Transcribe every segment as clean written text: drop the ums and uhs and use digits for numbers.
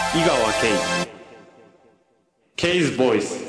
井川圭 K's Voice。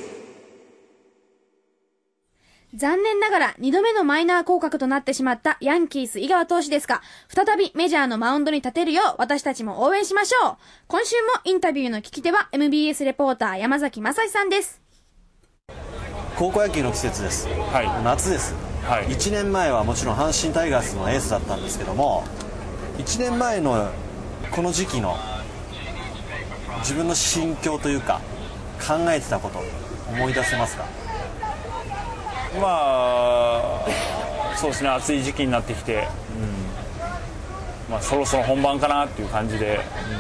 残念ながら2度目のマイナー降格となってしまったヤンキース井川投手ですが、再びメジャーのマウンドに立てるよう私たちも応援しましょう。今週もインタビューの聞き手は MBS レポーター山崎正史さんです。 高校野球の季節です、 はい、 夏です、はい、1年前はもちろん阪神タイガースのエースだったんですけども、1年前のこの時期の自分の心境というか考えてたこと思い出せますか？ まあそうですね、暑い時期になってきて、そろそろ本番かなっていう感じで、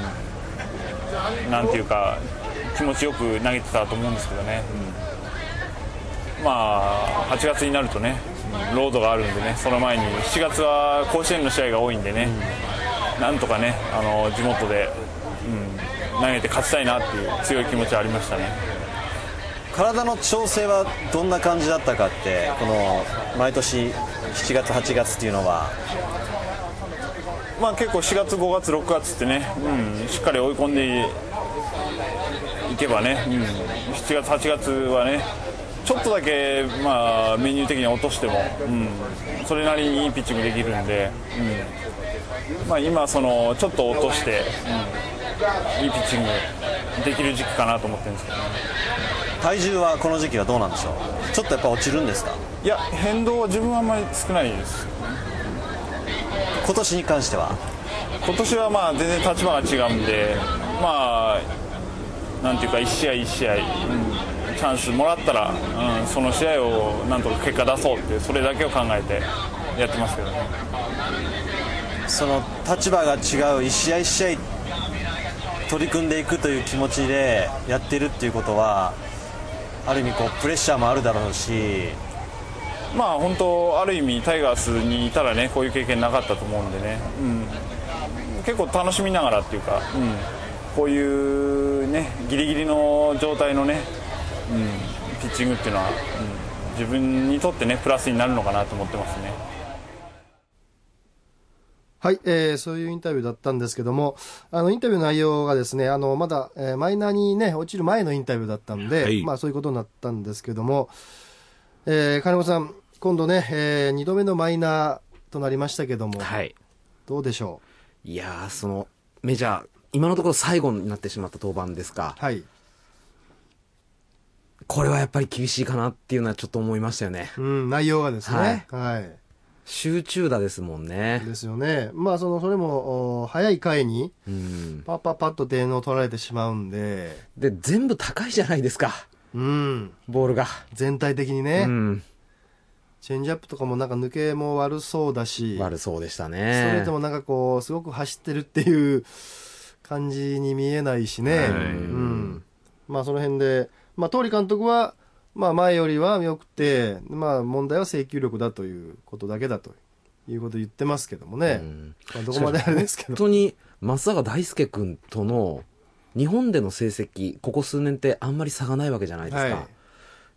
なんていうか気持ちよく投げてたと思うんですけどね、8月になるとね、ロードがあるんでね、その前に7月は甲子園の試合が多いんでね、なんとかね地元で、投げて勝ちたいなっていう強い気持ちはありましたね。 体の調整はどんな感じだったかって、この毎年7月8月っていうのは、 結構4月5月6月ってね、しっかり追い込んでいけばね、7月8月はねちょっとだけ、メニュー的に落としても、それなりにいいピッチングできるんで、今そのちょっと落として、いいピッチングできる時期かなと思ってるんですけどね。 体重はこの時期はどうなんでしょう？ちょっとやっぱ落ちるんですか？ いや、変動は自分はあんまり少ないです。 今年に関しては今年は全然立場が違うんで、なんていうか1試合1試合、チャンスもらったら、その試合をなんとか結果出そうっていう、それだけを考えてやってますけどね。 その立場が違う1試合1試合取り組んでいくという気持ちでやってるっていうことは、ある意味プレッシャーもあるだろうし、 本当ある意味タイガースにいたらね、こういう経験なかったと思うんでね、結構楽しみながらっていうか、こういうねギリギリの状態のね、ピッチングっていうのは、自分にとってねプラスになるのかなと思ってますね。 はい、そういうインタビューだったんですけども、インタビューの内容がですね、まだ、マイナーにね落ちる前のインタビューだったんで、はい、そういうことになったんですけども、金子さん、今度ね、2度目のマイナーとなりましたけども、はい、どうでしょう？いやー、そのメジャー今のところ最後になってしまった登板ですか。 はい。 これはやっぱり厳しいかなっていうのはちょっと思いましたよね。 内容がですね。はい。 集中打ですもんね。 ですよね。それも早い回にパッと点を取られてしまうんで、 全部高いじゃないですか。ボールが全体的にね。チェンジアップとかもなんか抜けも悪そうだし、 悪そうでしたね。 ストレートもなんかすごく走ってるっていう感じに見えないしね。その辺で、東利監督は前よりは良くて、問題は制球力だということだけだということを言ってますけどもね。どこまであれですけど。 本当に松坂大輔君との日本での成績、ここ数年ってあんまり差がないわけじゃないですか。はい、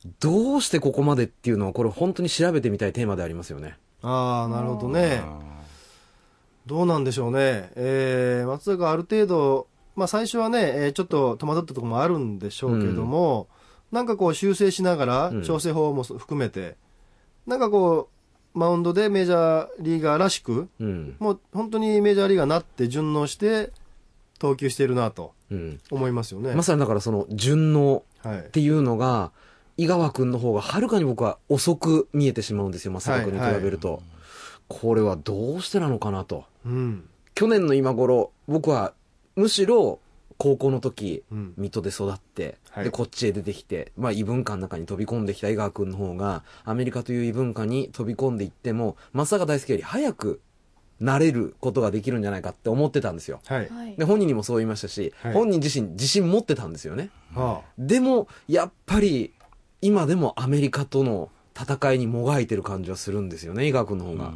どうしてここまでっていうのは、これ本当に調べてみたいテーマでありますよね。 なるほどね。どうなんでしょうね。松坂ある程度、最初はね、ちょっと戸惑ったところもあるんでしょうけども、なんか修正しながら、調整法も含めて、なんかマウンドでメジャーリーガーらしく、もう本当にメジャーリーガーになって順応して投球しているなと思いますよね。 まさにだからその順応っていうのが、井川君の方がはるかに僕は遅く見えてしまうんですよ、松坂君に比べると。これはどうしてなのかなと。去年の今頃、僕はむしろ高校の時、水戸で育って、でこっちへ出てきて、異文化の中に飛び込んできた井川君の方がアメリカという異文化に飛び込んでいっても松坂大輔より早くなれることができるんじゃないかって思ってたんですよ。で本人にもそう言いましたし、本人自身自信持ってたんですよね。でもやっぱり今でもアメリカとの戦いにもがいてる感じはするんですよね、井川君の方が。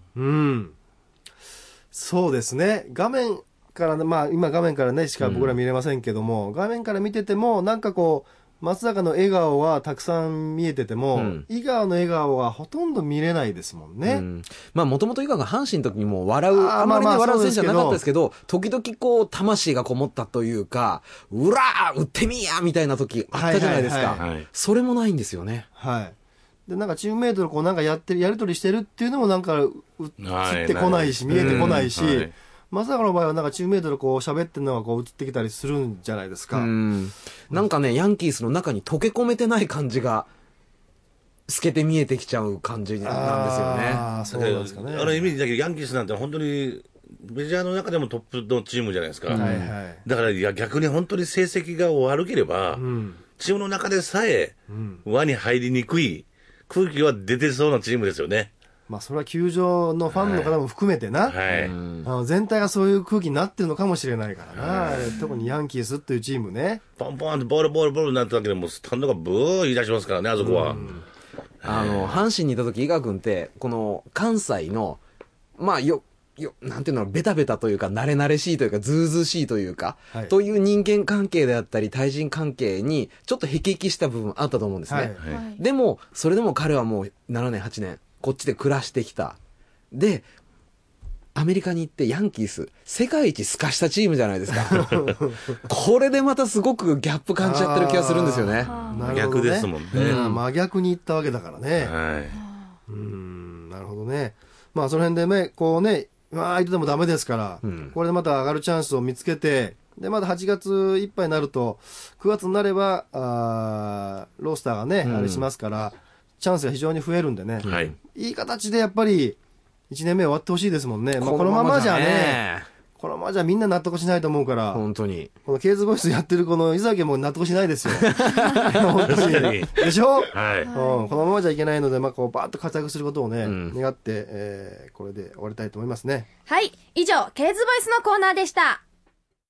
そうですね。画面から、今画面からねしか僕ら見れませんけども、画面から見ててもなんか松坂の笑顔はたくさん見えてても、井川の笑顔はほとんど見れないですもんね。 まあもともと井川が阪神の時にも笑う、あまりね笑う選手じゃなかったですけど、時々こう魂がこもったというか、うらー打ってみやみたいな時あったじゃないですか。それもないんですよね。 はい。で、なんかチームメイトとこうなんかやり取りしてるっていうのもなんか映ってこないし、見えてこないし、まさかの場合はなんかチームメイトでこう喋ってるのがこう映ってきたりするんじゃないですか。 なんかね、ヤンキースの中に溶け込めてない感じが透けて見えてきちゃう感じなんですよね。 ああ、そうなんですかね。 ある意味だけどヤンキースなんて本当にメジャーの中でもトップのチームじゃないですか。だから逆に本当に成績が悪ければ、チームの中でさえ輪に入りにくい空気は出てそうなチームですよね。 まあそれは球場のファンの方も含めてな、全体がそういう空気になってるのかもしれないからな、特にヤンキースっていうチームね。 ポンポンってボールになっただけでもスタンドがブー言い出しますからね、あそこは。 阪神にいた時井川君ってこの関西のまあなんていうの、ベタベタというか慣れ慣れしいというかずうずうしいというか、という人間関係であったり対人関係にちょっとへきへきした部分あったと思うんですね。でもそれでも彼はもう7年8年こっちで暮らしてきた。でアメリカに行ってヤンキース世界一すかしたチームじゃないですか。これでまたすごくギャップ感じちゃってる気がするんですよね。 真逆ですもんね。 真逆に行ったわけだからね。なるほどね。まあその辺でねこうね、相手でもダメですから、これでまた上がるチャンスを見つけて、でまだ8月いっぱいになると9月になればロースターがね、あれしますからチャンスが非常に増えるんでね、いい形でやっぱり1年目終わってほしいですもんね。このままじゃね、このままじゃみんな納得しないと思うから、 本当にこのケーズボイスやってるこの伊崎も納得しないですよ。本当にでしょ、このままじゃいけないので、こうバーッと活躍することをね、願って、これで終わりたいと思いますね。 はい、以上ケーズボイスのコーナーでした。